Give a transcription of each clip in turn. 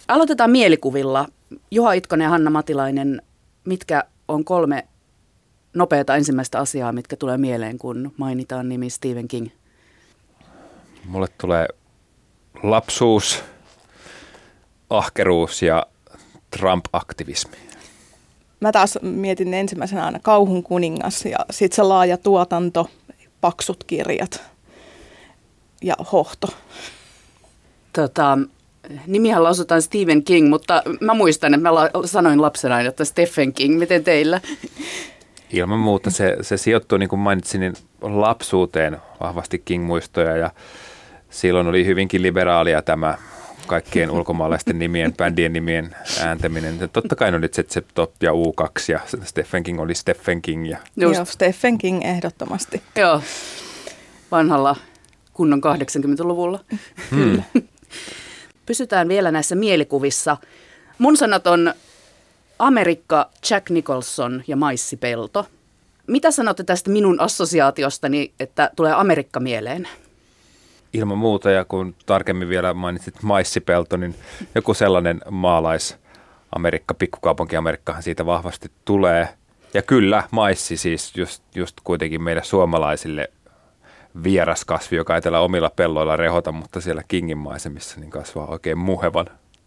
Aloitetaan mielikuvilla. Juha Itkonen ja Hanna Matilainen, mitkä on 3 nopeata ensimmäistä asiaa, mitkä tulee mieleen, kun mainitaan nimi Stephen King? Mulle tulee lapsuus, ahkeruus ja Trump-aktivismi. Mä taas mietin ensimmäisenä aina Kauhun kuningas ja sitten se laaja tuotanto, paksut kirjat ja hohto. Nimihän lausutaan Stephen King, mutta mä muistan, että mä sanoin lapsena, että Stephen King. Miten teillä? Ilman muuta se sijoittuu, niin kuin mainitsin, niin lapsuuteen vahvasti King-muistoja ja silloin oli hyvinkin liberaalia tämä kaikkien ulkomaalaisten nimien, bändien nimien ääntäminen. Totta kai oli Z-Top ja U2 ja Stephen King oli Stephen King. Joo, Stephen King ehdottomasti. Joo, vanhalla kunnon 80-luvulla. Kyllä. Pysytään vielä näissä mielikuvissa. Mun sanat on Amerikka, Jack Nicholson ja maissipelto. Mitä sanotte tästä minun assosiaatiostani, että tulee Amerikka mieleen? Ilman muuta, ja kun tarkemmin vielä mainitsit maissipelto, niin joku sellainen maalais-Amerikka, pikkukaupunki-Amerikkahan siitä vahvasti tulee. Ja kyllä, maissi siis just kuitenkin meille suomalaisille vieras kasvi, joka ei tällä omilla pelloilla rehota, mutta siellä Kingin maisemissa niin kasvaa oikein muhevan.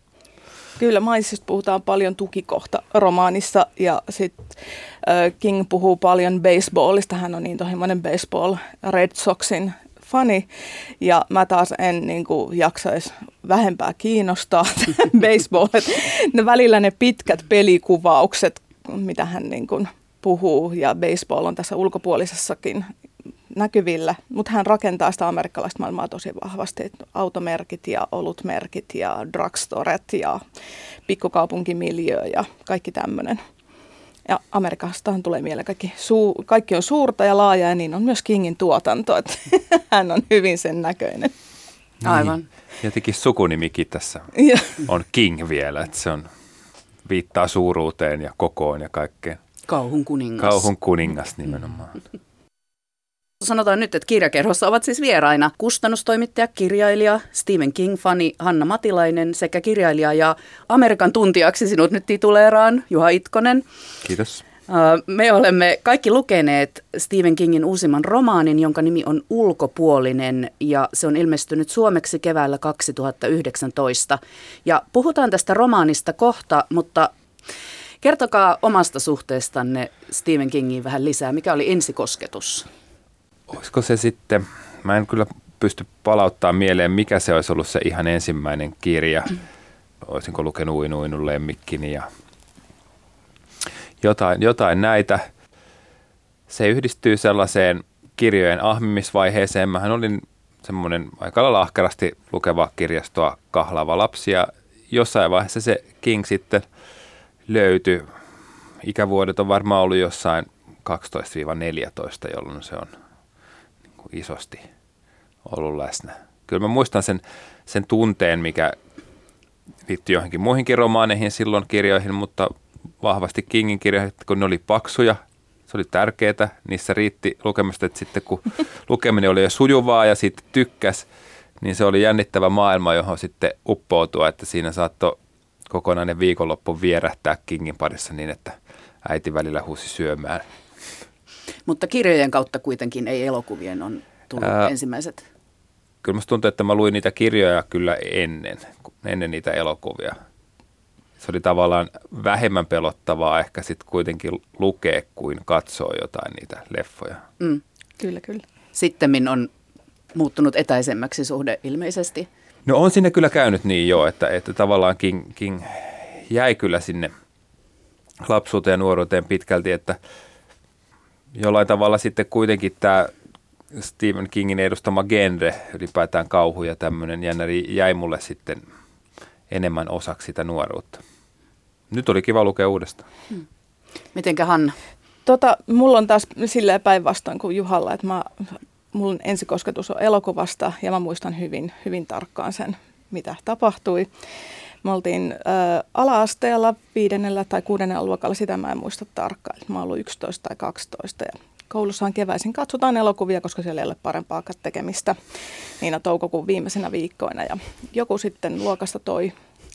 Kyllä, maissista puhutaan paljon tukikohta romaanissa ja sitten King puhuu paljon baseballista. Hän on niin tohimoinen baseball Red Soxin fani ja mä taas en niin kuin jaksaisi vähempää kiinnostaa baseball. Ne välillä ne pitkät pelikuvaukset, mitä hän niin kuin puhuu ja baseball on tässä ulkopuolisessakin näkyvillä, mutta hän rakentaa sitä amerikkalaista maailmaa tosi vahvasti. Automerkit ja olutmerkit ja drugstoret ja pikkukaupunkimiljöö ja kaikki tämmöinen. Ja Amerikastahan tulee mieleen kaikki on suurta ja laajaa ja niin on myös Kingin tuotanto, että hän on hyvin sen näköinen. Aivan. Niin. Jotenkin sukunimikin tässä on King vielä, että se viittaa suuruuteen ja kokoon ja kaikkeen. Kauhun kuningas. Kauhun kuningas nimenomaan. Sanotaan nyt, että kirjakerhossa ovat siis vieraina kustannustoimittaja, kirjailija, Stephen King-fani Hanna Matilainen sekä kirjailija ja Amerikan tuntijaksi sinut nyt tituleeraan Juha Itkonen. Kiitos. Me olemme kaikki lukeneet Stephen Kingin uusimman romaanin, jonka nimi on Ulkopuolinen ja se on ilmestynyt suomeksi keväällä 2019. Ja puhutaan tästä romaanista kohta, mutta kertokaa omasta suhteestanne Stephen Kingiin vähän lisää. Mikä oli ensikosketus? Olisiko se sitten, mä en kyllä pysty palauttamaan mieleen, mikä se olisi ollut se ihan ensimmäinen kirja. Olisinko lukenut Uinun lemmikkini ja jotain näitä. Se yhdistyy sellaiseen kirjojen ahmimisvaiheeseen. Mähän olin semmoinen aika lailla ahkerasti lukeva kirjastoa kahlaava lapsi ja jossain vaiheessa se King sitten löytyi. Ikävuodet on varmaan ollut jossain 12-14, jolloin se on isosti ollut läsnä. Kyllä mä muistan sen tunteen, mikä liittyy johonkin muihinkin romaaneihin silloin kirjoihin, mutta vahvasti Kingin kirjoihin, kun ne oli paksuja, se oli tärkeää. Niissä riitti lukemista, että sitten kun lukeminen oli jo sujuvaa ja siitä tykkäs, niin se oli jännittävä maailma, johon sitten uppoutua, että siinä saattoi kokonainen viikonloppu vierähtää Kingin parissa niin, että äiti välillä huusi syömään. Mutta kirjojen kautta kuitenkin ei elokuvien on tullut ensimmäiset. Kyllä musta tuntuu, että mä luin niitä kirjoja kyllä ennen niitä elokuvia. Se oli tavallaan vähemmän pelottavaa ehkä sitten kuitenkin lukea kuin katsoa jotain niitä leffoja. Mm. Kyllä. Sittemmin on muuttunut etäisemmäksi suhde ilmeisesti. No on siinä kyllä käynyt niin jo, että tavallaan King jäi kyllä sinne lapsuuteen ja nuoruuteen pitkälti, että jollain tavalla sitten kuitenkin tämä Stephen Kingin edustama genre, ylipäätään kauhu ja tämmöinen jännäri, jäi mulle sitten enemmän osaksi sitä nuoruutta. Nyt oli kiva lukea uudestaan. Mitenkä Hanna? Mulla on taas silleen päinvastoin kuin Juhalla, että mun ensikosketus on elokuvasta ja mä muistan hyvin, hyvin tarkkaan sen, mitä tapahtui. Me oltiin ala-asteella 5. tai 6. luokalla, sitä mä en muista tarkkaan. Mä oon ollut 11 tai 12 ja koulussahan keväisin katsotaan elokuvia, koska siellä ei ole parempaa tekemistä niinä toukokuun viimeisenä viikkoina. Ja joku sitten luokasta toi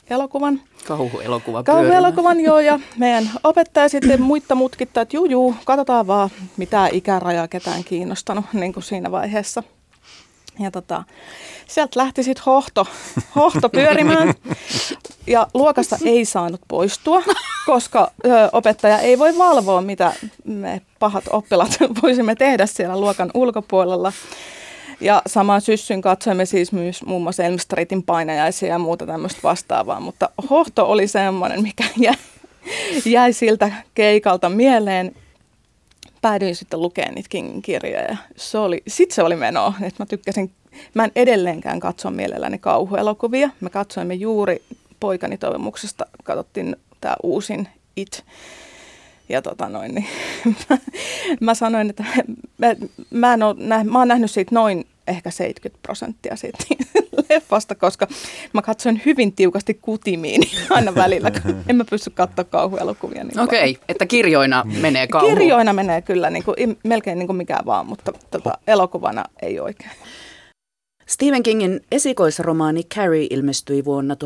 elokuvan. Kauhuelokuvan Joo, ja meidän opettaja sitten muitta mutkittaa, että katsotaan vaan, mitä ikärajaa ketään kiinnostanut niin kuin siinä vaiheessa. Ja sieltä lähti sitten hohto pyörimään ja luokasta ei saanut poistua, koska opettaja ei voi valvoa, mitä me pahat oppilaat voisimme tehdä siellä luokan ulkopuolella. Ja samaan syssyn katsoimme siis myös muun muassa Elm Streetin painajaisia ja muuta tämmöistä vastaavaa, mutta hohto oli semmoinen, mikä jäi siltä keikalta mieleen. Päädyin sitten lukemaan niitä Kingin kirjoja. Sitten se oli menoa, että mä en edelleenkään katso mielelläni kauhuelokuvia. Me katsoimme juuri poikani toivomuksesta, katsottiin tämä uusin It. Ja niin, mä sanoin, että mä oon nähnyt siitä noin ehkä 70% siitä leffasta, koska mä katsoin hyvin tiukasti kutimiin aina välillä, kun en mä pysty katsoa kauhuelokuvia. Niin Okei, että kirjoina menee kauhu. Kirjoina menee kyllä niin kuin, melkein niin kuin mikään vaan, mutta elokuvana ei oikein. Stephen Kingin esikoisromaani Carrie ilmestyi vuonna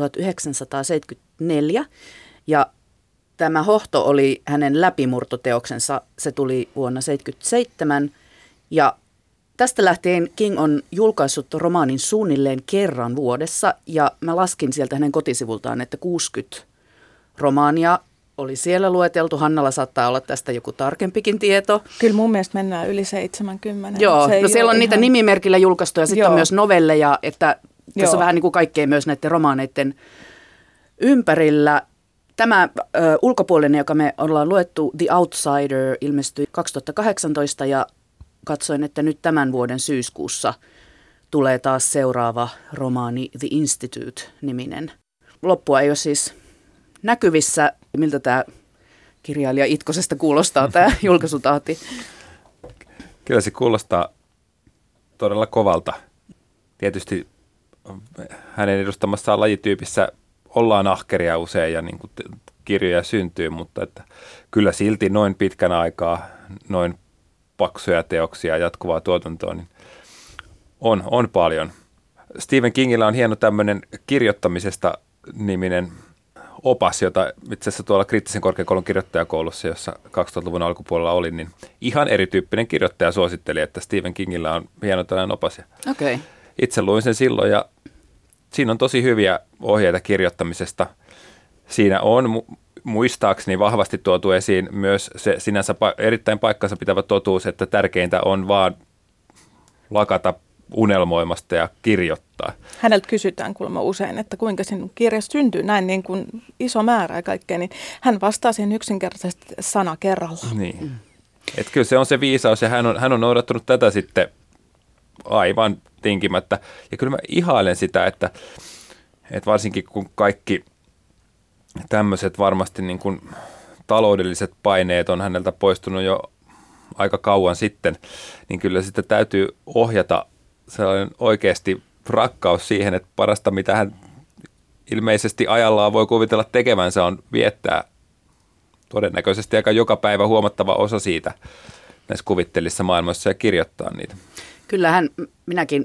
1974 ja tämä hohto oli hänen läpimurtoteoksensa. Se tuli vuonna 1977 ja tästä lähtien King on julkaissut romaanin suunnilleen kerran vuodessa ja mä laskin sieltä hänen kotisivultaan, että 60 romaania oli siellä lueteltu. Hannalla saattaa olla tästä joku tarkempikin tieto. Kyllä mun mielestä mennään yli 70. Joo, no siellä on niitä nimimerkillä julkaistuja, sitten on myös novelleja, että tässä on vähän niin kuin kaikkea myös näiden romaaneiden ympärillä. Tämä ulkopuolinen, joka me ollaan luettu, The Outsider, ilmestyi 2018 ja katsoin, että nyt tämän vuoden syyskuussa tulee taas seuraava romaani The Institute-niminen. Loppua ei ole siis näkyvissä. Miltä tämä kirjailija Itkosesta kuulostaa tämä julkaisutahti? Kyllä se kuulostaa todella kovalta. Tietysti hänen edustamassaan lajityypissä ollaan ahkeria usein ja niin kuin kirjoja syntyy, mutta että kyllä silti noin pitkän aikaa, noin paksuja teoksia, jatkuvaa tuotantoa, niin on paljon. Stephen Kingillä on hieno tämmöinen kirjoittamisesta niminen opas, jota itse asiassa tuolla Kriittisen korkeakoulun kirjoittajakoulussa, jossa 2000-luvun alkupuolella olin, niin ihan erityyppinen kirjoittaja suositteli, että Stephen Kingillä on hieno tällainen opas. Okay. Itse luin sen silloin ja siinä on tosi hyviä ohjeita kirjoittamisesta. Siinä on muistaakseni vahvasti tuotu esiin myös se sinänsä erittäin paikkansa pitävä totuus, että tärkeintä on vaan lakata unelmoimasta ja kirjoittaa. Häneltä kysytään kuulemma usein, että kuinka sinun kirjasta syntyy näin niin kuin iso määrä ja kaikkea, niin hän vastaa siihen yksinkertaisesti sana kerrallaan. Niin. Että kyllä se on se viisaus ja hän on noudattanut tätä sitten aivan tinkimättä. Ja kyllä mä ihailen sitä, että varsinkin kun kaikki tämmöiset varmasti niin kuin taloudelliset paineet on häneltä poistunut jo aika kauan sitten, niin kyllä sitä täytyy ohjata sellainen oikeasti rakkaus siihen, että parasta mitä hän ilmeisesti ajallaan voi kuvitella tekevänsä on viettää todennäköisesti aika joka päivä huomattava osa siitä näissä kuvitteellisissa maailmassa ja kirjoittaa niitä. Kyllähän minäkin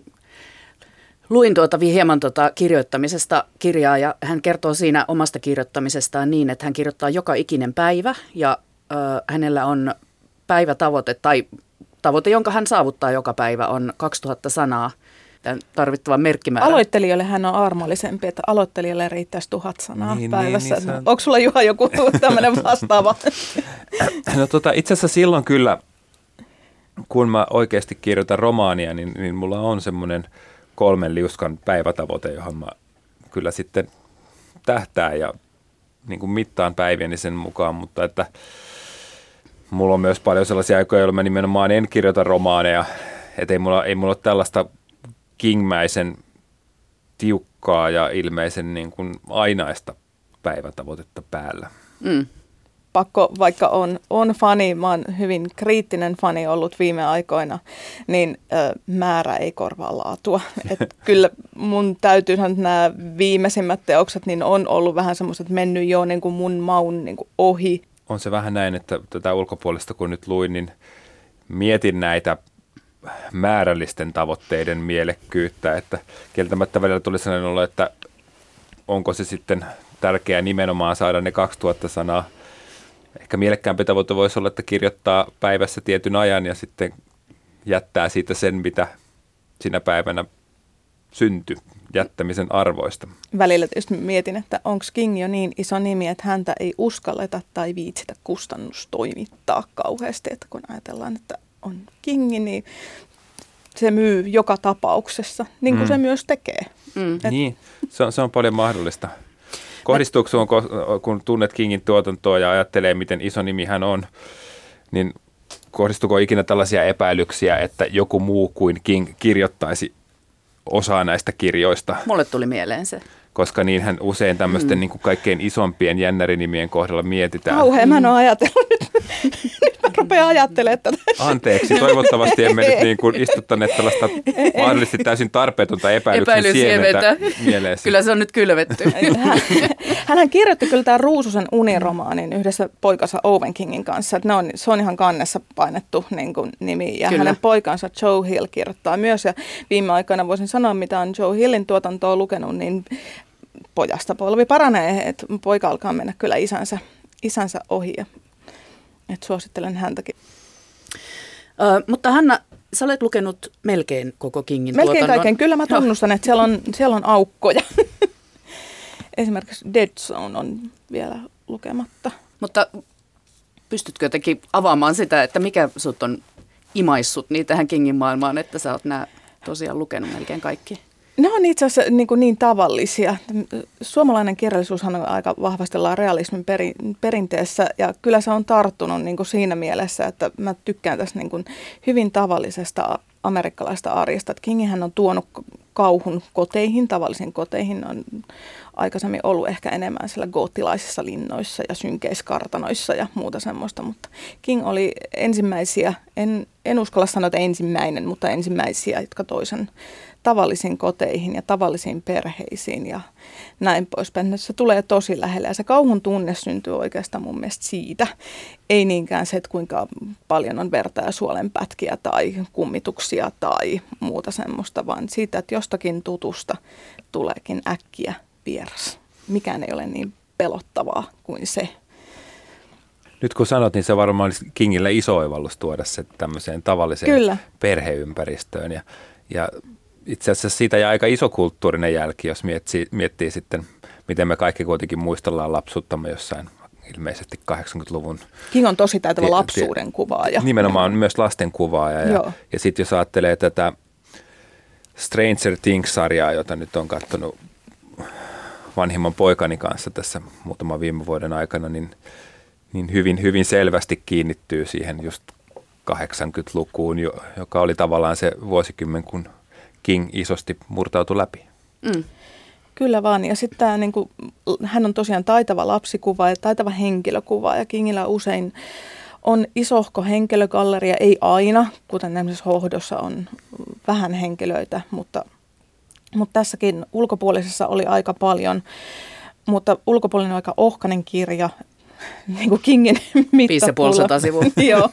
luin hieman kirjoittamisesta kirjaa ja hän kertoo siinä omasta kirjoittamisestaan niin, että hän kirjoittaa joka ikinen päivä ja hänellä on päivätavoite tai tavoite, jonka hän saavuttaa joka päivä on 2000 sanaa, tämän tarvittavan merkkimäärän. Aloittelijoille hän on armollisempi, että aloittelijalle riittäisi 1000 sanaa niin, päivässä. Niin, onko sulla Juha joku tämmöinen vastaava? No itse asiassa silloin kyllä, kun mä oikeasti kirjoitan romaania, niin mulla on semmoinen 3 liuskan päivätavoite, johon mä kyllä sitten tähtään ja niin kuin mittaan päiviäni sen mukaan, mutta että mulla on myös paljon sellaisia aikoja, joilla mä nimenomaan en kirjoita romaaneja, että ei mulla ole tällaista kingmäisen tiukkaa ja ilmeisen niin kuin ainaista päivätavoitetta päällä. Mm. Pakko, vaikka on fani, mä oon hyvin kriittinen fani ollut viime aikoina, niin määrä ei korvaa laatua. Et kyllä mun täytyyhän nämä viimeisimmät teokset niin on ollut vähän semmoiset mennyt jo niin kuin mun maun niin kuin ohi. On se vähän näin, että tätä ulkopuolesta kun nyt luin, niin mietin näitä määrällisten tavoitteiden mielekkyyttä, että kieltämättä välillä tuli sellainen olo, että onko se sitten tärkeää nimenomaan saada ne 2000 sanaa. Ehkä mielekkäämpi tavoite voisi olla, että kirjoittaa päivässä tietyn ajan ja sitten jättää siitä sen, mitä sinä päivänä syntyi, jättämisen arvoista. Välillä tietysti mietin, että onko King jo niin iso nimi, että häntä ei uskalleta tai viitsitä kustannustoimittaa kauheasti. Että kun ajatellaan, että on King, niin se myy joka tapauksessa, niin kuin se myös tekee. Niin, se on paljon mahdollista. Kohdistuuko sinun, kun tunnet Kingin tuotantoa ja ajattelee, miten iso nimi hän on, niin kohdistuuko ikinä tällaisia epäilyksiä, että joku muu kuin King kirjoittaisi osaa näistä kirjoista? Mulle tuli mieleen se. Koska niinhän usein tämmöisten niin kuin kaikkein isompien jännärinimien kohdalla mietitään. Kauhean, mä en ole ajatellut nyt. Nyt mä rupean ajattelemaan tätä. Anteeksi, toivottavasti emme nyt niin kuin istuttaneet tällaista mahdollisesti täysin tarpeetonta epäilyksen siementä mieleesi. Kyllä se on nyt kylvetty. Hänhän kirjoitti kyllä tämän Ruususen uniromaanin yhdessä poikansa Owen Kingin kanssa. Että se on ihan kannessa painettu niin kuin nimi. Ja kyllä. Hänen poikansa Joe Hill kirjoittaa myös. Ja viime aikoina voisin sanoa, mitä on Joe Hillin tuotantoa lukenut, niin pojasta polvi paranee, että poika alkaa mennä kyllä isänsä ohi. Että suosittelen häntäkin. Mutta Hanna, sä olet lukenut melkein koko Kingin tuotannon. Melkein kaiken. Kyllä mä tunnustan, että siellä on aukkoja. Esimerkiksi Dead Zone on vielä lukematta. Mutta pystytkö jotenkin avaamaan sitä, että mikä sut on imaissut niin tähän Kingin maailmaan, että sä oot nämä tosiaan lukenut melkein kaikki? Ne on itse asiassa niin tavallisia. Suomalainen kirjallisuushan on aika vahvasti realismin perinteessä ja kyllä se on tarttunut niin kuin siinä mielessä, että mä tykkään tästä niin kuin hyvin tavallisesta amerikkalaista arjesta. Kingihän on tuonut kauhun koteihin, tavallisiin koteihin, on aikaisemmin ollut ehkä enemmän siellä goottilaisissa linnoissa ja synkeiskartanoissa ja muuta semmoista, mutta King oli ensimmäisiä, en uskalla sanoa, että ensimmäinen, mutta ensimmäisiä, jotka toisen tavallisiin koteihin ja tavallisiin perheisiin ja näin poispäin. Se tulee tosi lähelle ja se kauhun tunne syntyy oikeastaan mun mielestä siitä. Ei niinkään se, että kuinka paljon on verta ja suolenpätkiä tai kummituksia tai muuta semmoista, vaan siitä, että jostakin tutusta tuleekin äkkiä vieras. Mikään ei ole niin pelottavaa kuin se. Nyt kun sanot, niin se varmaan olisi Kingille iso oivallus tuoda se tämmöiseen tavalliseen Kyllä. perheympäristöön ja itse asiassa siitä jää aika iso kulttuurinen jälki, jos miettii sitten, miten me kaikki kuitenkin muistellaan lapsuuttamme jossain ilmeisesti 80-luvun. King on tosi taitava lapsuuden kuvaaja. Nimenomaan myös lasten kuvaaja. Ja sitten jos ajattelee tätä Stranger Things-sarjaa, jota nyt on katsonut vanhimman poikani kanssa tässä muutaman viime vuoden aikana, niin hyvin, hyvin selvästi kiinnittyy siihen just 80-lukuun, joka oli tavallaan se vuosikymmen, kun King isosti murtautui läpi. Kyllä vaan. Ja sitten niinku, hän on tosiaan taitava lapsikuva ja taitava henkilökuva. Ja Kingillä usein on isohko henkilögalleria, ei aina, kuten esimerkiksi Hohdossa on vähän henkilöitä, mutta tässäkin ulkopuolisessa oli aika paljon. Mutta ulkopuolinen on aika ohkainen kirja, niin kuin Kingin mittapulla. 550 sivua. Joo.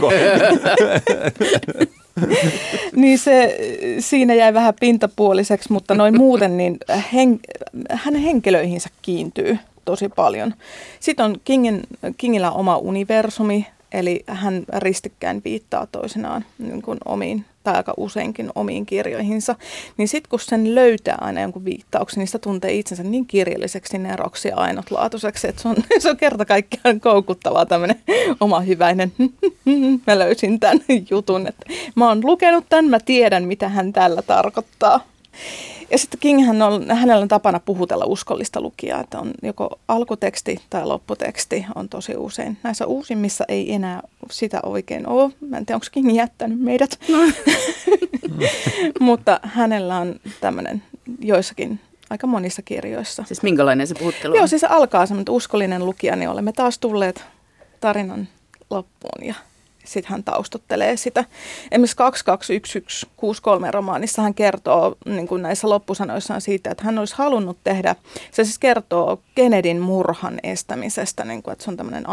Niin siinä jäi vähän pintapuoliseksi, mutta noin muuten niin hänen henkilöihinsä kiintyy tosi paljon. Sitten on Kingillä oma universumi, eli hän ristikkäin viittaa toisenaan niin kuin omiin tai aika useinkin omiin kirjoihinsa. Niin sitten kun sen löytää aina jonkun viittauksen, niin sitä tuntee itsensä niin kirjalliseksi, neroksi ja ainutlaatuiseksi, että se on kerta kaikkiaan koukuttavaa tämmöinen oma hyväinen. Mä löysin tämän jutun, että mä oon lukenut tämän, mä tiedän mitä hän tällä tarkoittaa. Ja sitten hänellä on tapana puhutella uskollista lukijaa, että on joko alkuteksti tai lopputeksti on tosi usein. Näissä uusimmissa ei enää sitä oikein ole. Mä en tiedä, onko King jättänyt meidät. No. Mutta hänellä on tämmöinen joissakin aika monissa kirjoissa. Siis minkälainen se puhuttelu on? Joo, siis se alkaa semmoinen uskollinen lukija, niin olemme taas tulleet tarinan loppuun ja sitten hän taustottelee sitä. Esimerkiksi 221163 romaanissa hän kertoo niin kuin näissä loppusanoissaan siitä, että hän olisi halunnut tehdä, se siis kertoo Kennedyn murhan estämisestä, niin kuin, että se on tämmöinen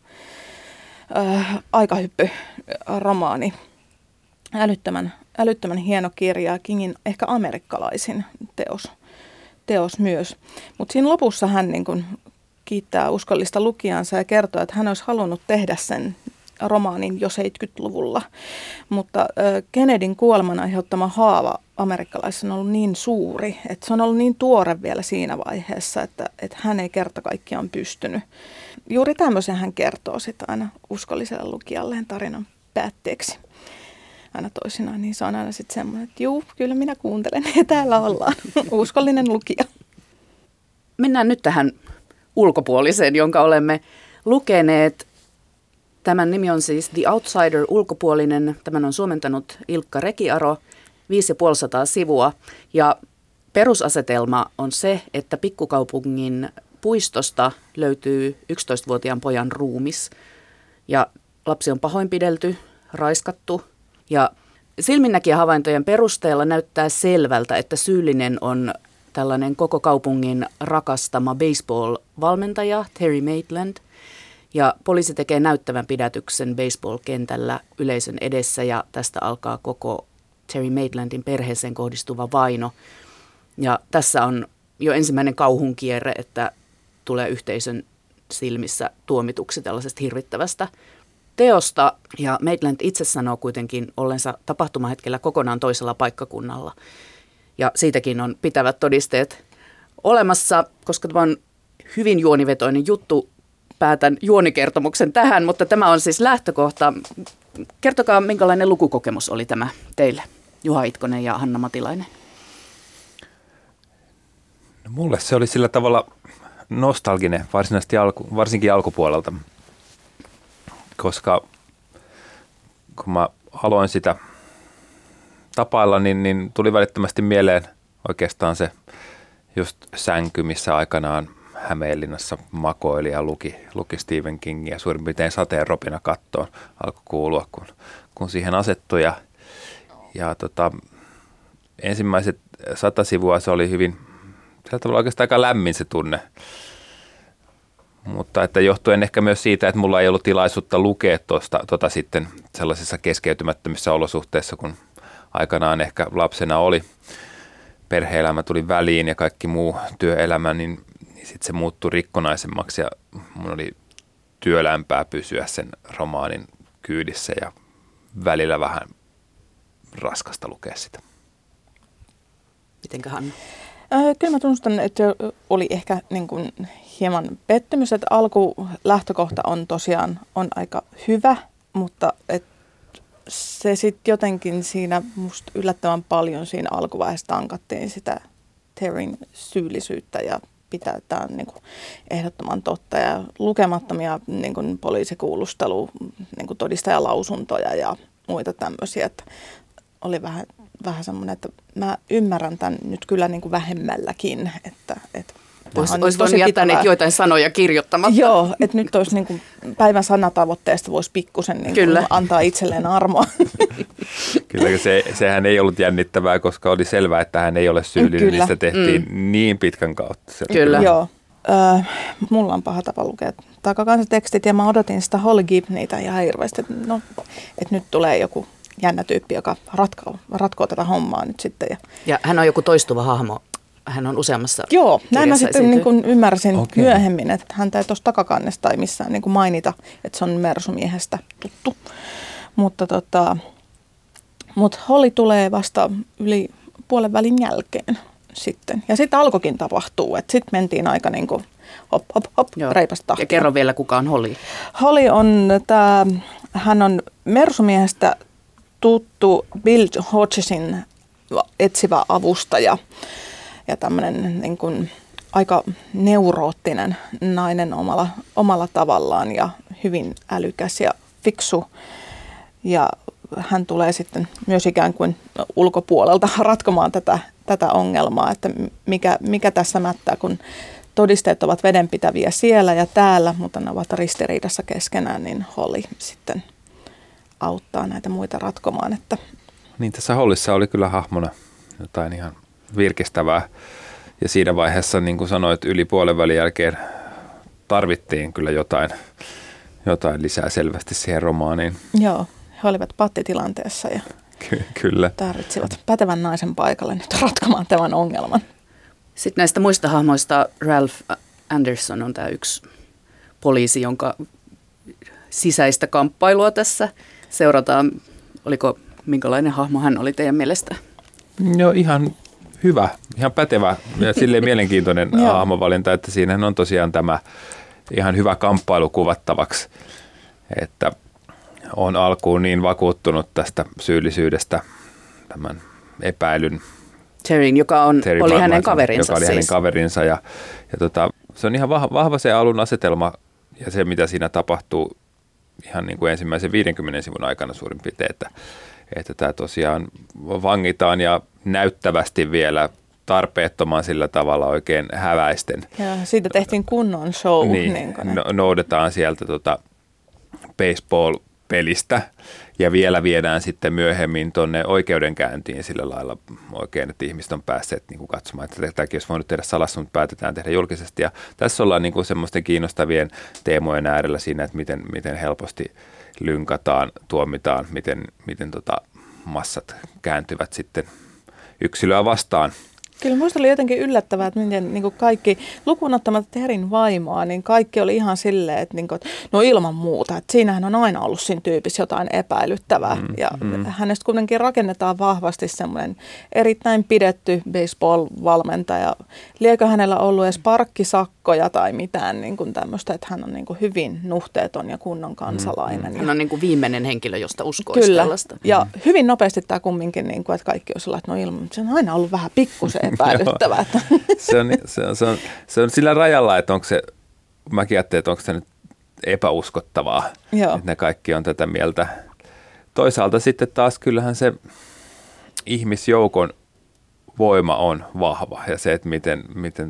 aikahyppy-romaani. Älyttömän hieno kirja, Kingin ehkä amerikkalaisin teos myös. Mutta siinä lopussa hän niin kuin kiittää uskollista lukijansa ja kertoo, että hän olisi halunnut tehdä sen romaanin jo 70-luvulla. Mutta Kennedyn kuoleman aiheuttama haava amerikkalaisissa on ollut niin suuri, että se on ollut niin tuore vielä siinä vaiheessa, että hän ei kerta kaikkiaan pystynyt. Juuri tämmöisen hän kertoo sitä aina uskolliselle lukijalleen tarinan päätteeksi. Aina toisinaan, niin se on aina sitten semmoinen, että juu, kyllä minä kuuntelen ja täällä ollaan, uskollinen lukija. Mennään nyt tähän ulkopuoliseen, jonka olemme lukeneet. Tämän nimi on siis The Outsider, ulkopuolinen. Tämän on suomentanut Ilkka Rekiaro, 550 sivua. Ja perusasetelma on se, että pikkukaupungin puistosta löytyy 11-vuotiaan pojan ruumis. Ja lapsi on pahoinpidelty, raiskattu. Ja silminnäkijähavaintojen perusteella näyttää selvältä, että syyllinen on tällainen koko kaupungin rakastama baseball-valmentaja Terry Maitland. Ja poliisi tekee näyttävän pidätyksen baseball-kentällä yleisön edessä ja tästä alkaa koko Terry Maitlandin perheeseen kohdistuva vaino. Ja tässä on jo ensimmäinen kauhun kierre, että tulee yhteisön silmissä tuomituksi tällaisesta hirvittävästä teosta. Ja Maitland itse sanoo kuitenkin ollensa tapahtumahetkellä kokonaan toisella paikkakunnalla. Ja siitäkin on pitävät todisteet olemassa, koska tämä on hyvin juonivetoinen juttu. Päätän juonikertomuksen tähän, mutta tämä on siis lähtökohta. Kertokaa, minkälainen lukukokemus oli tämä teille, Juha Itkonen ja Hanna Matilainen? No, mulle se oli sillä tavalla nostalginen, varsinkin alkupuolelta, koska kun mä aloin sitä tapailla, niin tuli välittömästi mieleen oikeastaan se just sänky, missä aikanaan Hämeenlinnassa makoili ja luki Stephen Kingia suurin piirtein sateen ropina kattoon alkoi kuulua, kun siihen asettui. Ja ensimmäiset 100 sivua se oli hyvin, sillä tavalla oikeastaan aika lämmin se tunne. Mutta että johtuen ehkä myös siitä, että mulla ei ollut tilaisuutta lukea tota sitten sellaisissa keskeytymättömissä olosuhteissa, kun aikanaan ehkä lapsena oli. Perhe-elämä tuli väliin ja kaikki muu työelämä, niin sitten se muuttui rikkonaisemmaksi ja mun oli työlämpää pysyä sen romaanin kyydissä ja välillä vähän raskasta lukea sitä. Mitenkä Hanna? Kyllä mä tunnustan, että oli ehkä niin kuin hieman pettymys, että alkulähtökohta on tosiaan on aika hyvä, mutta se sitten jotenkin siinä musta yllättävän paljon siinä alkuvaiheessa tankattiin sitä Terryn syyllisyyttä ja pitää tämä niin kuin ehdottoman totta ja lukemattomia niin kuin poliisikuulustelu, niin kuin todistajalausuntoja ja muita tämmöisiä, että oli vähän semmoinen, että mä ymmärrän tämän nyt kyllä niin kuin vähemmälläkin, että olisi voinut jättää niitä joitain sanoja kirjoittamatta. Joo, että nyt olisi niin kuin päivän sanatavoitteesta voisi pikkusen niin kuin antaa itselleen armoa. Kyllä sehän ei ollut jännittävää, koska oli selvää, että hän ei ole syyllinen, niin sitä tehtiin niin pitkän kautta. Kyllä. Joo. Mulla on paha tapa lukea takakansatekstit ja mä odotin sitä Holly Gibneytä ihan hirveästi, että nyt tulee joku jännä tyyppi, joka ratkoo tätä hommaa nyt sitten. Ja hän on joku toistuva hahmo. Hän on useammassa. Joo, näin mä sitten niin kuin ymmärsin myöhemmin, että häntä ei tuossa takakannesta tai missään niin kuin mainita, että se on Mersumiehestä tuttu. Mutta Holly tulee vasta yli puolen välin jälkeen sitten. Ja sitten alkoikin tapahtuu, että sitten mentiin aika niin kuin hop, reipasta tahtia. Ja kerro vielä, kuka on Holly. Holly on hän on Mersumiehestä tuttu Bill Hodgesin etsivä avustaja. Ja tämmöinen niin kuin aika neuroottinen nainen omalla tavallaan ja hyvin älykäs ja fiksu. Ja hän tulee sitten myös ikään kuin ulkopuolelta ratkomaan tätä ongelmaa, että mikä tässä mättää, kun todisteet ovat vedenpitäviä siellä ja täällä, mutta ne ovat ristiriidassa keskenään, niin Holly sitten auttaa näitä muita ratkomaan. Että niin tässä Hollyssa oli kyllä hahmona jotain ihan virkistävää. Ja siinä vaiheessa, niin kuin sanoit, yli puolen välin jälkeen tarvittiin kyllä jotain lisää selvästi siihen romaaniin. Joo, he olivat pattitilanteessa ja kyllä tarvitsivat pätevän naisen paikalle nyt ratkomaan tämän ongelman. Sitten näistä muista hahmoista Ralph Anderson on tämä yksi poliisi, jonka sisäistä kamppailua tässä seurataan. Minkälainen hahmo hän oli teidän mielestä? No ihan hyvä, ihan pätevä ja silleen mielenkiintoinen hahmovalinta, että siinähän on tosiaan tämä ihan hyvä kamppailu kuvattavaksi, että on alkuun niin vakuuttunut tästä syyllisyydestä tämän epäilyn. Terryn, joka oli hänen kaverinsa. Joka oli hänen kaverinsa ja se on ihan vahva se alun asetelma ja se, mitä siinä tapahtuu ihan niin kuin ensimmäisen 50 sivun aikana suurin piirtein, että tämä tosiaan vangitaan ja näyttävästi vielä tarpeettoman sillä tavalla oikein häväisten. Ja siitä tehtiin kunnon show. Niin noudetaan sieltä baseball-pelistä ja vielä viedään sitten myöhemmin tuonne oikeudenkäyntiin sillä lailla oikein, että ihmiset on päässeet niin kuin katsomaan, että tämäkin olisi voinut tehdä salassa, mutta päätetään tehdä julkisesti. Ja tässä ollaan niin kuin semmoisten kiinnostavien teemojen äärellä siinä, että miten helposti lynkataan, tuomitaan, miten massat kääntyvät sitten yksilöä vastaan. Kyllä minusta oli jotenkin yllättävää, että miten niin kuin kaikki, lukuun ottamatta Terryn vaimoa, niin kaikki oli ihan silleen, että, niin kuin, no ilman muuta, että siinähän on aina ollut siinä tyypissä jotain epäilyttävää. Ja hänestä kuitenkin rakennetaan vahvasti semmoinen erittäin pidetty baseball-valmentaja. Liekö hänellä ollut edes parkkisakkoja tai mitään niin kuin tämmöistä, että hän on niin kuin hyvin nuhteeton ja kunnon kansalainen. Hän on niin kuin viimeinen henkilö, josta uskoisi kyllä. Tällaista. Ja hyvin nopeasti tämä kumminkin, niin kuin, että kaikki on sellainen, että no ilman, se on aina ollut vähän pikkusen epäilyttävää. Se on sillä rajalla, että onko se, mäkin ajattelin, että onko se nyt epäuskottavaa, että ne kaikki on tätä mieltä. Toisaalta sitten taas kyllähän se ihmisjoukon voima on vahva ja se, että miten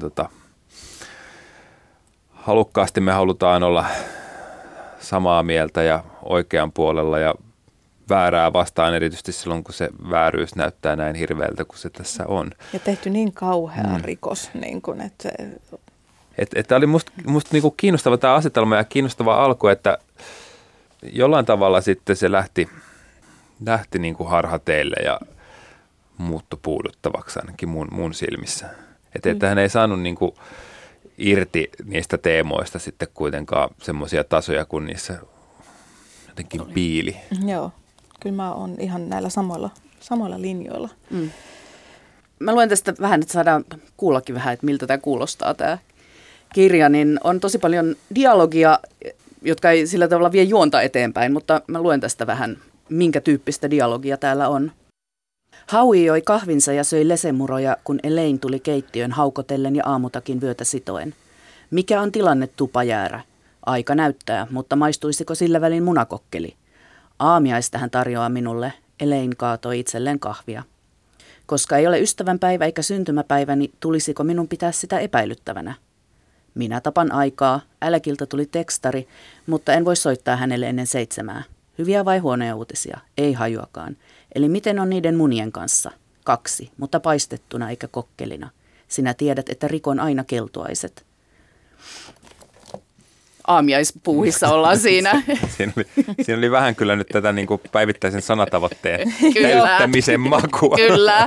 halukkaasti me halutaan olla samaa mieltä ja oikean puolella ja väärää vastaan, erityisesti silloin, kun se vääryys näyttää näin hirveältä kuin se tässä on. Ja tehty niin kauhea rikos. Niin kuin, että Tämä oli musta niin kuin kiinnostava tämä asetelma ja kiinnostava alku, että jollain tavalla sitten se lähti niin kuin harhateille ja muuttui puuduttavaksi ainakin mun silmissä. Että hän ei saanut niin kuin irti niistä teemoista sitten kuitenkaan semmoisia tasoja, kun niissä jotenkin piili. Joo, kyllä mä oon ihan näillä samoilla linjoilla. Mä luen tästä vähän, että saadaan kuullakin vähän, että miltä tämä kuulostaa tämä kirja. Niin on tosi paljon dialogia, jotka ei sillä tavalla vie juonta eteenpäin, mutta mä luen tästä vähän, minkä tyyppistä dialogia täällä on. Howie joi kahvinsa ja söi lesemuroja, kun Elaine tuli keittiöön haukotellen ja aamutakin vyötä sitoen. Mikä on tilanne, Tupajäärä? Aika näyttää, mutta maistuisiko sillä välin munakokkeli? Aamiaista hän tarjoaa minulle. Elaine kaatoi itselleen kahvia. Koska ei ole ystävänpäivä eikä syntymäpäivä, niin tulisiko minun pitää sitä epäilyttävänä? Minä tapan aikaa. Älkiltä tuli tekstari, mutta en voi soittaa hänelle ennen 7. Hyviä vai huonoja uutisia? Ei hajuakaan. Eli miten on niiden munien kanssa? 2, mutta paistettuna eikä kokkelina. Sinä tiedät, että rikon aina keltuaiset. Aamiaispuuhissa ollaan siinä. Siinä oli vähän kyllä nyt tätä niin kuin päivittäisen sanatavoitteen täyttämisen makua. Kyllä.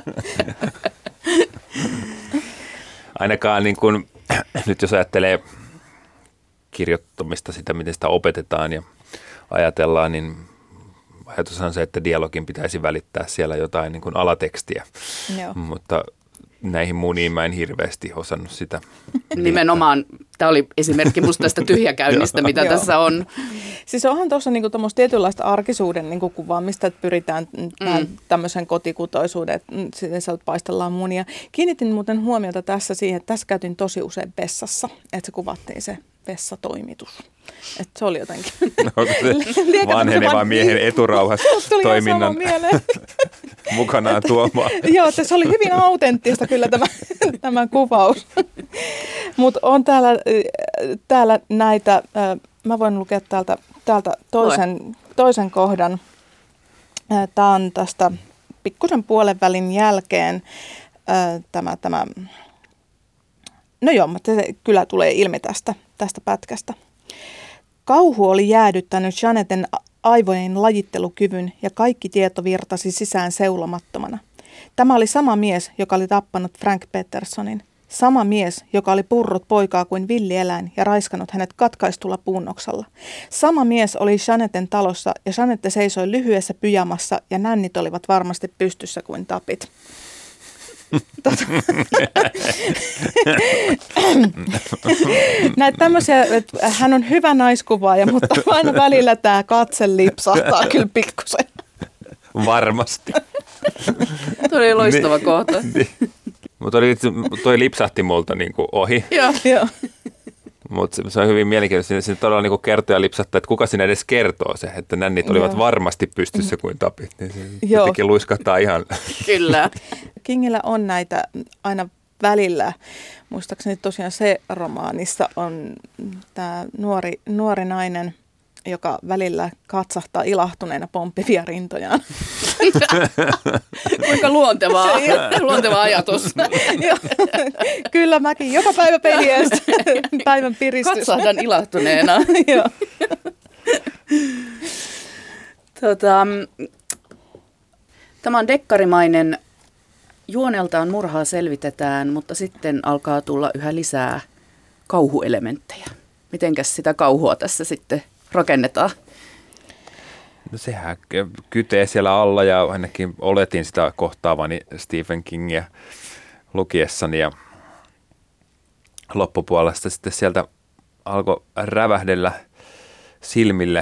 Ainakaan niin kuin, nyt jos ajattelee kirjoittamista, sitä miten sitä opetetaan ja ajatellaan, niin ajatus on se, että dialogin pitäisi välittää siellä jotain niin kuin alatekstiä, mutta näihin muniin mä en hirveästi osannut sitä. Nimenomaan. Tämä oli esimerkki musta tästä tyhjäkäynnistä, mitä tässä on. Siis onhan tuossa niinku tietynlaista arkisuuden niinku kuvaamista, että pyritään tämmöisen kotikutoisuuden, että sieltä paistellaan munia. Kiinnitin muuten huomiota tässä siihen, että tässä käytiin tosi usein vessassa, että se kuvattiin se vessatoimitus. Että se oli jotenkin vanhenevan miehen eturauhastoiminnan mukanaan tuomaan. Joo, se oli hyvin autenttista kyllä tämä kuvaus. Mutta on täällä näitä, mä voin lukea täältä toisen kohdan. Tämä on tästä pikkusen puolen välin jälkeen tämä. No joo, mutta se kyllä tulee ilmi tästä pätkästä. Kauhu oli jäädyttänyt Janeten aivojen lajittelukyvyn ja kaikki tieto virtasi sisään seulomattomana. Tämä oli sama mies, joka oli tappanut Frank Petersonin. Sama mies, joka oli purrut poikaa kuin villieläin ja raiskannut hänet katkaistulla puunnoksalla. Sama mies oli Jeanetten talossa ja Jeanette seisoi lyhyessä pyjamassa ja nännit olivat varmasti pystyssä kuin tapit. Näitä tämmöisiä, että hän on hyvä naiskuvaaja, mutta aina välillä tämä katse lipsahtaa kyllä pikkusen. Varmasti. Tuo oli loistava kohta. Mutta toi lipsahti multa niinku ohi. Joo. Mutta se on hyvin mielenkiintoista. Siinä todella niinku kertoo ja lipsahtaa, että kuka siinä edes kertoo se, että nännit olivat varmasti pystyssä kuin tapit. Niin se jotenkin luiskahtaa ihan. Kyllä. Kingillä on näitä aina välillä. Muistaakseni tosiaan se romaanissa on tämä nuori nainen, joka välillä katsahtaa ilahtuneena pomppivia rintojaan. Kuinka luonteva ajatus. Kyllä mäkin joka päivä peliä päivän piristys. Katsahdan ilahtuneena. Tämä on dekkarimainen. Juoneltaan murhaa selvitetään, mutta sitten alkaa tulla yhä lisää kauhuelementtejä. Mitenkäs sitä kauhua tässä sitten rakennetaan? No sehän kytee siellä alla ja ainakin oletin sitä kohtaavani Stephen Kingia lukiessani ja loppupuolesta sitten sieltä alkoi rävähdellä silmille.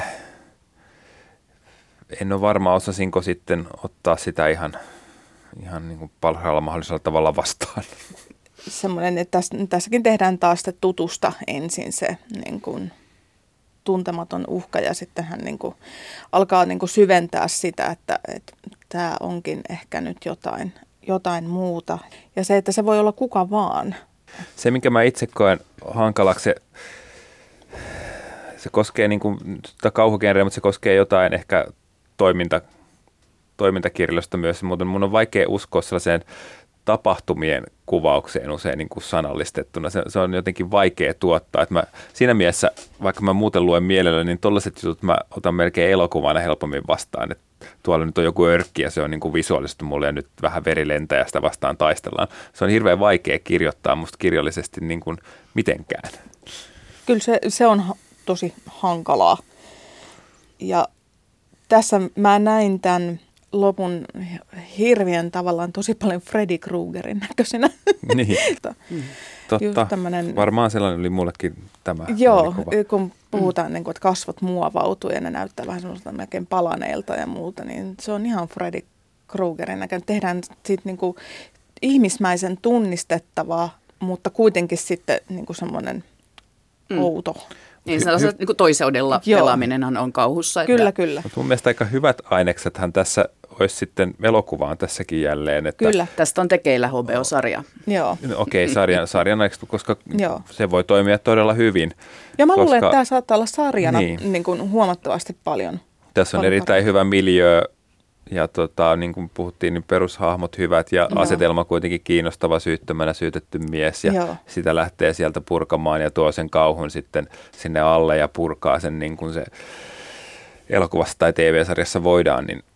En ole varma, osasinko sitten ottaa sitä ihan niin kuin parhaalla mahdollisella tavalla vastaan. Semmoinen, että tässäkin tehdään taas tutusta ensin se niin kuin tuntematon uhka ja sitten hän niin kuin alkaa niin kuin syventää sitä, että tämä onkin ehkä nyt jotain muuta. Ja se, että se voi olla kuka vaan. Se, minkä mä itse koen hankalaksi, se koskee niin kuin kauhugenreä, mutta se koskee jotain ehkä toimintakirjallisuutta myös. Muuten mun on vaikea uskoa sellaiseen tapahtumien kuvaukseen usein niin kuin sanallistettuna. Se on jotenkin vaikea tuottaa. Että siinä mielessä, vaikka mä muuten luen mielellä, niin tollaiset jutut mä otan melkein elokuvana helpommin vastaan. Että tuolla nyt on joku örkki ja se on niin kuin visuaalisesti mulle ja nyt vähän veri lentää ja sitä vastaan taistellaan. Se on hirveän vaikea kirjoittaa musta kirjallisesti niin kuin mitenkään. Kyllä se on tosi hankalaa. Ja tässä mä näin tämän lopun hirveän tavallaan tosi paljon Freddy Kruegerin näköisenä. Niin. Totta. Varmaan sellainen oli mullekin tämä. Joo, kun puhutaan, niin kuin, että kasvot muovautuu ja ne näyttää vähän semmoista melkein palaneilta ja muuta, niin se on ihan Freddy Kruegerin näköinen. Tehdään siitä niin kuin ihmismäisen tunnistettavaa, mutta kuitenkin sitten niin kuin semmoinen outo. Niin sellaiset niin kuin toiseudella pelaaminenhan on kauhussa. Kyllä, kyllä. Mutta mun mielestä aika hyvät aineksethan tässä olisi sitten elokuvaan tässäkin jälleen. Että kyllä. Tästä on tekeillä HBO-sarja. Joo. Okei, sarjan koska se voi toimia todella hyvin. Ja mä luulen, että tämä saattaa olla sarjana niin kuin huomattavasti paljon. Tässä on erittäin hyvä miljöö ja niin kuin puhuttiin, niin perushahmot hyvät ja asetelma kuitenkin kiinnostava, syyttömänä syytetty mies ja sitä lähtee sieltä purkamaan ja tuo sen kauhun sitten sinne alle ja purkaa sen niin kuin se elokuvassa tai TV-sarjassa voidaan, niin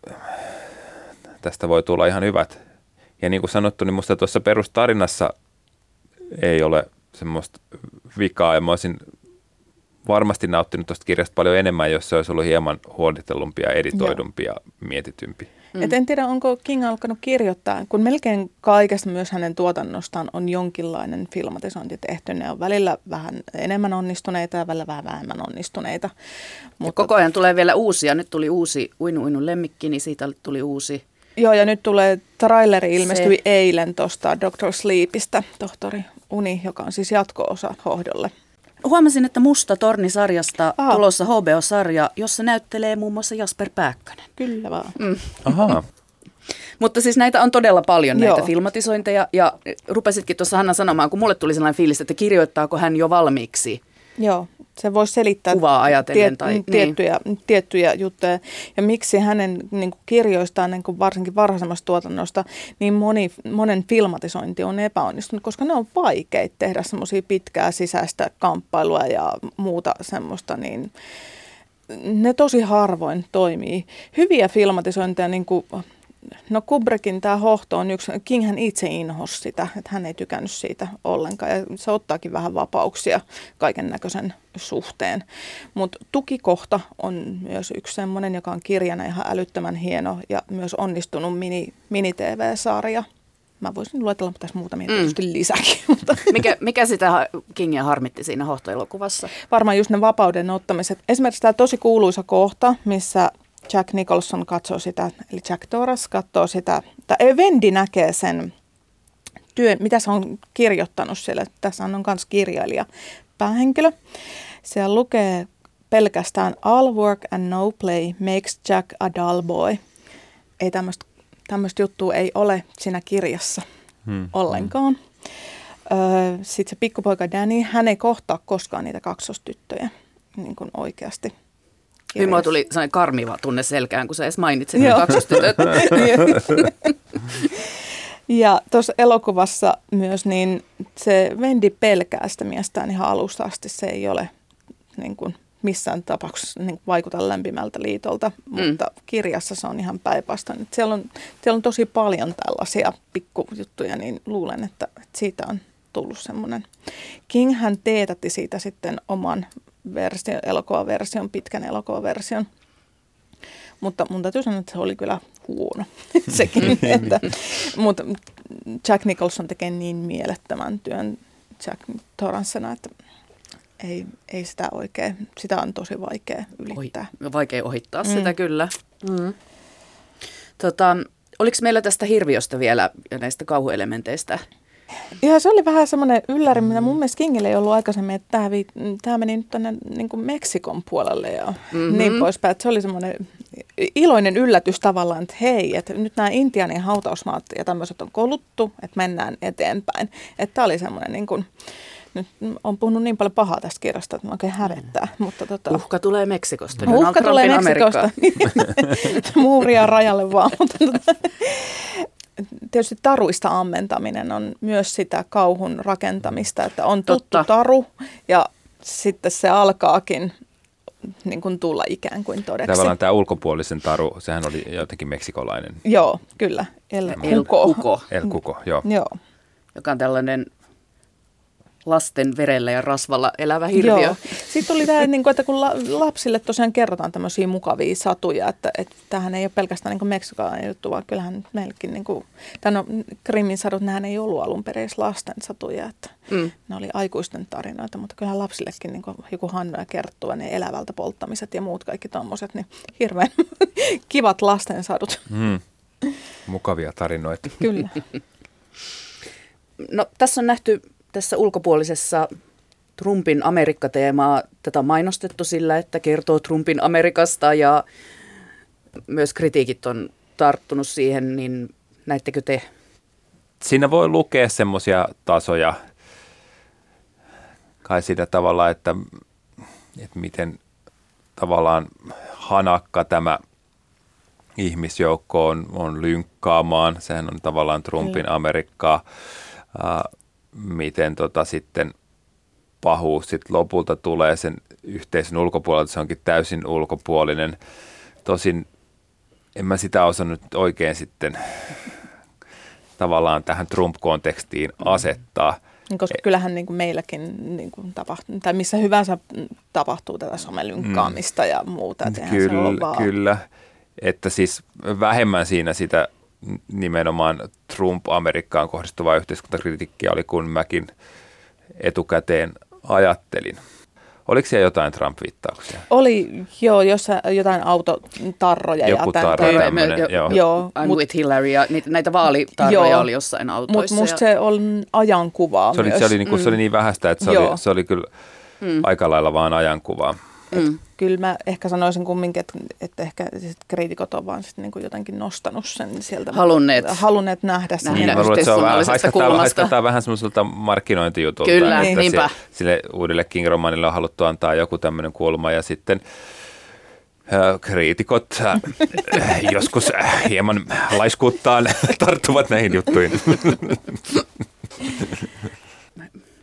tästä voi tulla ihan hyvät. Ja niin kuin sanottu, niin musta tuossa perustarinassa ei ole semmoista vikaa ja mä olisin varmasti nauttinut tuosta kirjasta paljon enemmän, jos se olisi ollut hieman huolitellumpia, editoidumpi ja mietitympi. Et en tiedä, onko King alkanut kirjoittaa, kun melkein kaikesta myös hänen tuotannostaan on jonkinlainen filmatisointi tehty. Ne on välillä vähän enemmän onnistuneita ja välillä vähän vähemmän onnistuneita. Mutta koko ajan tulee vielä uusia. Nyt tuli uusi Uinu Uinu lemmikki, niin siitä tuli uusi. Joo, ja nyt tulee traileri, ilmestyi eilen tuosta Dr. Sleepistä, tohtori Uni, joka on siis jatko-osa Hohdolle. Huomasin, että Musta torni-sarjasta tulossa HBO-sarja, jossa näyttelee muun muassa Jasper Pääkkönen. Kyllä vaan. Ahaa. Mutta siis näitä on todella paljon näitä filmatisointeja ja rupesitkin tuossa Hanna sanomaan, kun mulle tuli sellainen fiilis, että kirjoittaako hän jo valmiiksi. Joo, se voisi selittää kuvaa ajatellen tiettyjä juttuja. Ja miksi hänen niin kuin kirjoistaan, niin kuin varsinkin varhaisemmasta tuotannosta, niin monen filmatisointi on epäonnistunut, koska ne on vaikeita tehdä semmoisia pitkää sisäistä kamppailua ja muuta semmoista, niin ne tosi harvoin toimii. Hyviä filmatisointeja, niin kuin No Kubrickin tämä hohto on yksi, Kinghän itse inhosi sitä, että hän ei tykännyt siitä ollenkaan ja se ottaakin vähän vapauksia kaiken näköisen suhteen. Mutta Tukikohta on myös yksi semmoinen, joka on kirjana ihan älyttömän hieno ja myös onnistunut mini-TV-sarja. Mä voisin luetella tässä muutamia tietysti lisäkin. Mutta. Mikä sitä Kingia harmitti siinä hohtoelokuvassa? Varmaan just ne vapauden ottamiset. Esimerkiksi tämä tosi kuuluisa kohta, missä Jack Nicholson katsoo sitä, eli Jack Torrance katsoo sitä, tai Wendy näkee sen työn, mitä se on kirjoittanut siellä. Tässä on myös kirjailija päähenkilö. Siellä lukee pelkästään all work and no play makes Jack a dull boy. Ei tämmöistä juttua ei ole siinä kirjassa ollenkaan. Sitten se pikkupoika Danny, hän ei kohtaa koskaan niitä kaksostyttöjä niin kuin oikeasti. Minulla tuli sellainen karmiva tunne selkään, kun sä edes mainitsit ne kaksostytöt. Ja tuossa elokuvassa myös niin se Wendy pelkää sitä miestään ihan alusta asti. Se ei ole niin kuin missään tapauksessa niin vaikuta lämpimältä liitolta, mutta kirjassa se on ihan päinvastoin. Siellä on tosi paljon tällaisia pikkujuttuja, niin luulen, että siitä on tullut semmoinen. King hän teetätti siitä sitten oman elokuvaversion, pitkän elokuvaversion. Mutta mun täytyy sanoa, että se oli kyllä huono sekin. Mutta Jack Nicholson tekee niin mielettömän työn Jack Torrancena, että ei sitä oikein, sitä on tosi vaikea ylittää. Vaikea ohittaa sitä kyllä. Oliko meillä tästä hirviöstä vielä ja näistä kauhuelementeistä? Ja se oli vähän semmoinen ylläri, mitä mun mielestä Kingille ei ollut aikaisemmin, että tämä meni nyt tuonne niin kuin Meksikon puolelle ja niin poispäin. Että se oli semmoinen iloinen yllätys tavallaan, että hei, että nyt nämä Intianin hautausmaat ja tämmöiset on koluttu, että mennään eteenpäin. Että tämä oli semmoinen, niin kuin, nyt on puhunut niin paljon pahaa tästä kirjasta, että mä oikein hävettää. Mutta uhka tulee Meksikosta. Uhka tulee Meksikosta. Muuria rajalle vaan. Tietysti taruista ammentaminen on myös sitä kauhun rakentamista, että on tuttu taru ja sitten se alkaakin niin kuin tulla ikään kuin todeksi. Tavallaan tämä ulkopuolisen taru, sehän oli jotenkin meksikolainen. Joo, kyllä. El Cuco, joo. Joka on tällainen lasten verellä ja rasvalla elävä hirviö. Joo. Sitten tuli tämä, että kun lapsille tosiaan kerrotaan tämmöisiä mukavia satuja, että tämähän ei ole pelkästään niin meksikolainen juttu, vaan kyllähän meilläkin, Krimin sadut, nämähän ei ollut alun perin lasten satuja, että ne oli aikuisten tarinoita, mutta kyllähän lapsillekin niin joku Hannu ja Kerttu ja ne elävältä polttamiset ja muut kaikki tommoset, niin hirveän kivat lasten sadut. Mukavia tarinoita. Kyllä. No tässä on nähty tässä ulkopuolisessa Trumpin Amerikka-teemaa. Tätä on mainostettu sillä, että kertoo Trumpin Amerikasta ja myös kritiikit on tarttunut siihen, niin näittekö te? Siinä voi lukea semmoisia tasoja kai sitä tavalla, että miten tavallaan hanakka tämä ihmisjoukko on lynkkaamaan. Sehän on tavallaan Trumpin Amerikkaa. Miten sitten pahuus sit lopulta tulee sen yhteisön ulkopuolelta, se onkin täysin ulkopuolinen. Tosin en mä sitä osannut oikein sitten tavallaan tähän Trump-kontekstiin asettaa. Koska kyllähän niin kuin meilläkin niin kuin tapahtuu, tai missä hyvänsä tapahtuu tätä somelynkkaamista ja muuta. Kyllä, että siis vähemmän siinä sitä nimenomaan Trump-Amerikkaan kohdistuvaa yhteiskuntakritiikkiä oli, kun mäkin etukäteen ajattelin. Oliko siellä jotain Trump-viittauksia? Oli, joo, jotain autotarroja. Joku tarro tämmöinen, joo. I'm with Hillary ja näitä vaalitarroja oli jossain autoissa. Mutta musta se on ajankuvaa myös. Se oli niin vähäistä, että se oli kyllä aika lailla vaan ajankuvaa. Kyllä mä ehkä sanoisin kumminkin, että ehkä kriitikot on vaan sitten niin jotenkin nostanut sen sieltä. Halunneet nähdä sen. Niin, mä luulen, että se on haiskataan vähän semmoiselta markkinointijutulta. Kyllä, niinpä. Sille uudelle King-romanille on haluttu antaa joku tämmöinen kulma ja sitten kriitikot joskus hieman laiskuuttaan tarttuvat näihin juttuihin.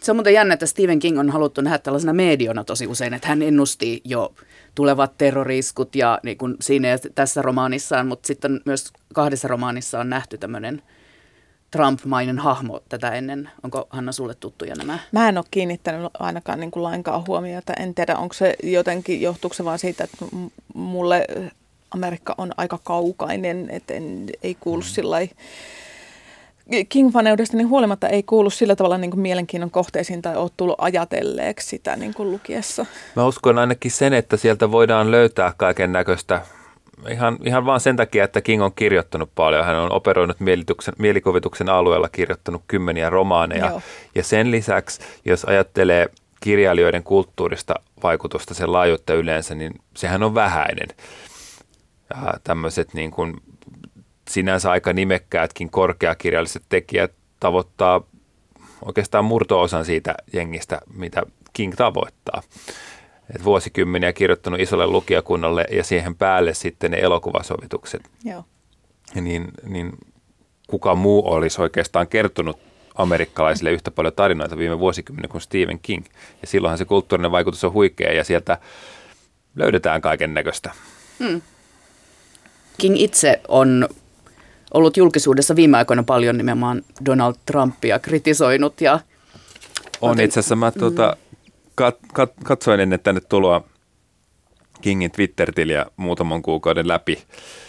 Se on muuten jännä, että Stephen King on haluttu nähdä tällaisena mediona tosi usein, että hän ennusti jo tulevat terroriskut ja niin kuin siinä ja tässä romaanissaan, mutta sitten myös 2 romaanissa on nähty tämmöinen Trump-mainen hahmo tätä ennen. Onko, Hanna, sulle tuttuja nämä? Mä en ole kiinnittänyt ainakaan niin kuin lainkaan huomiota. En tiedä, onko se jotenkin, johtuuko se vaan siitä, että mulle Amerikka on aika kaukainen, että ei kuulu sillai King-faneudesta niin huolimatta ei kuulu sillä tavalla niin kuin mielenkiinnon kohteisiin tai ole tullut ajatelleeksi sitä niin kuin lukiessa. Mä uskon ainakin sen, että sieltä voidaan löytää kaiken näköistä. Ihan vaan sen takia, että King on kirjoittanut paljon. Hän on operoinut mielikuvituksen alueella, kirjoittanut 10 romaaneja. Joo. Ja sen lisäksi, jos ajattelee kirjailijoiden kulttuurista vaikutusta, sen laajuutta yleensä, niin sehän on vähäinen. Ja tämmöiset niin kuin sinänsä aika nimekkäätkin korkeakirjalliset tekijät tavoittaa oikeastaan murto-osan siitä jengistä, mitä King tavoittaa. Et vuosikymmeniä kirjoittanut isolle lukijakunnalle ja siihen päälle sitten ne elokuvasovitukset. Joo. Niin kuka muu olisi oikeastaan kertonut amerikkalaisille yhtä paljon tarinoita viime vuosikymmenen kuin Stephen King. Ja silloinhan se kulttuurinen vaikutus on huikea ja sieltä löydetään kaiken näköistä. King itse on ollut julkisuudessa viime aikoina paljon nimenomaan Donald Trumpia kritisoinut. Ja on itse asiassa. Mä katsoin ennen tänne tuloa Kingin Twitter-tiliä muutaman kuukauden läpi.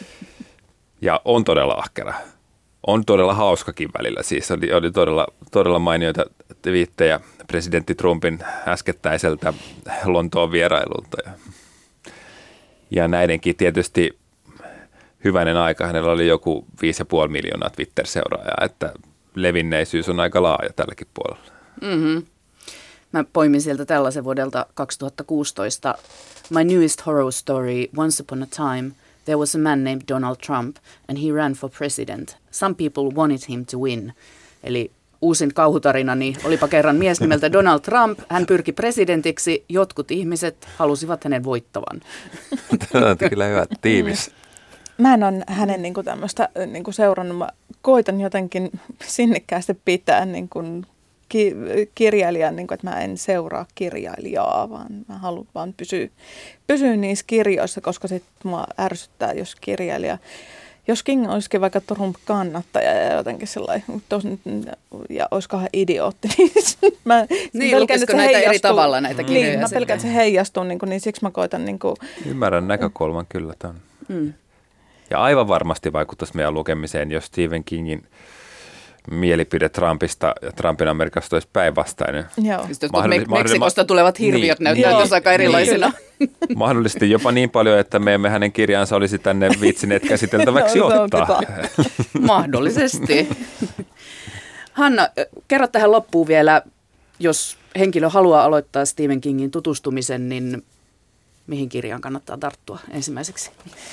Ja on todella ahkera. On todella hauskakin välillä. Siis oli todella mainioita twiittejä presidentti Trumpin äskettäiseltä Lontoon vierailulta. Ja näidenkin tietysti hyvänen aika. Hänellä oli joku 5,5 miljoonaa Twitter-seuraajaa, että levinneisyys on aika laaja tälläkin puolella. Mm-hmm. Mä poimin sieltä tällaisen vuodelta 2016. My newest horror story, Once upon a time, there was a man named Donald Trump and he ran for president. Some people wanted him to win. Eli uusin kauhutarinani, olipa kerran mies nimeltä Donald Trump, hän pyrki presidentiksi, jotkut ihmiset halusivat hänen voittavan. Tämä on kyllä hyvä tiivis. Mä en ole hänen niin kuin tämmöistä niin kuin seurannut. Mä koitan jotenkin sinnikkäästi pitää niin kuin kirjailijan, niin kuin, että mä en seuraa kirjailijaa, vaan mä haluan vaan pysyä niissä kirjoissa, koska sitten mua ärsyttää, jos King olisikin vaikka Trump-kannattaja ja jotenkin sellainen, ja olisi kauhean idiootti, niin lukisiko näitä eri tavalla näitä kirjoja? Niin, mä pelkään, että se heijastuu, niin siksi mä koitan. Ymmärrän näkökulman kyllä tämän. Ja aivan varmasti vaikuttaisi meidän lukemiseen, jos Stephen Kingin mielipide Trumpista ja Trumpin Amerikasta olisi päinvastainen. Joo. Meksikosta tulevat hirviöt näyttävät aika erilaisina. Mahdollisesti jopa niin paljon, että me emme hänen kirjaansa olisi tänne viitsineet käsiteltäväksi ottaa. Mahdollisesti. Hanna, kerro tähän loppuun vielä, jos henkilö haluaa aloittaa Stephen Kingin tutustumisen, niin mihin kirjaan kannattaa tarttua ensimmäiseksi?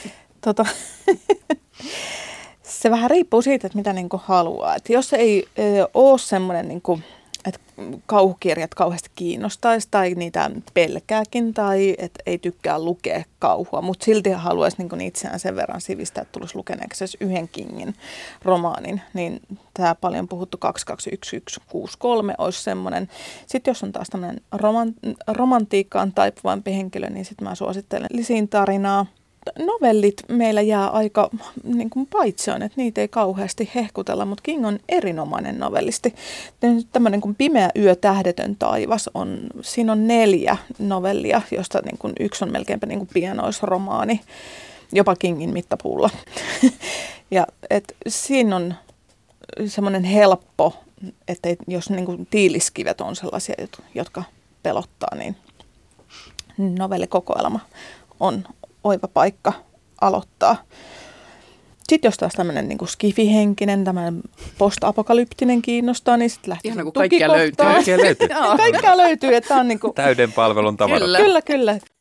Se vähän riippuu siitä, että mitä niin kuin haluaa. Että jos ei ole semmoinen, niin kuin, että kauhukirjat kauheasti kiinnostaisi tai niitä pelkääkin tai että ei tykkää lukea kauhua, mutta silti haluaisi niin kuin itseään sen verran sivistää, että tulisi lukeneeksi yhden Kingin romaanin, niin tämä paljon puhuttu 221163 olisi semmoinen. Sitten jos on taas tämmöinen romantiikkaan taipuvampi henkilö, niin sitten mä suosittelen Lisin tarinaa. Novellit meillä jää aika niin kuin paitsioon, että niitä ei kauheasti hehkutella, mutta King on erinomainen novellisti. Tämmöinen kuin Pimeä yö, tähdetön taivas, siinä on 4 novellia, josta niin kuin yksi on melkeinpä niin kuin pienoisromaani, jopa Kingin mittapuulla. Ja siinä on semmoinen helppo, että jos niin kuin tiiliskivet on sellaisia, jotka pelottaa, niin novellikokoelma on oiva paikka aloittaa. Sitten jos taas tämmöinen niin kuin skifihenkinen, tämmöinen post-apokalyptinen kiinnostaa, niin sitten lähtee tukikohtaan. Kaikkea löytyy. Kaikkea löytyy, että on niin kuin täyden palvelun tavara. Kyllä.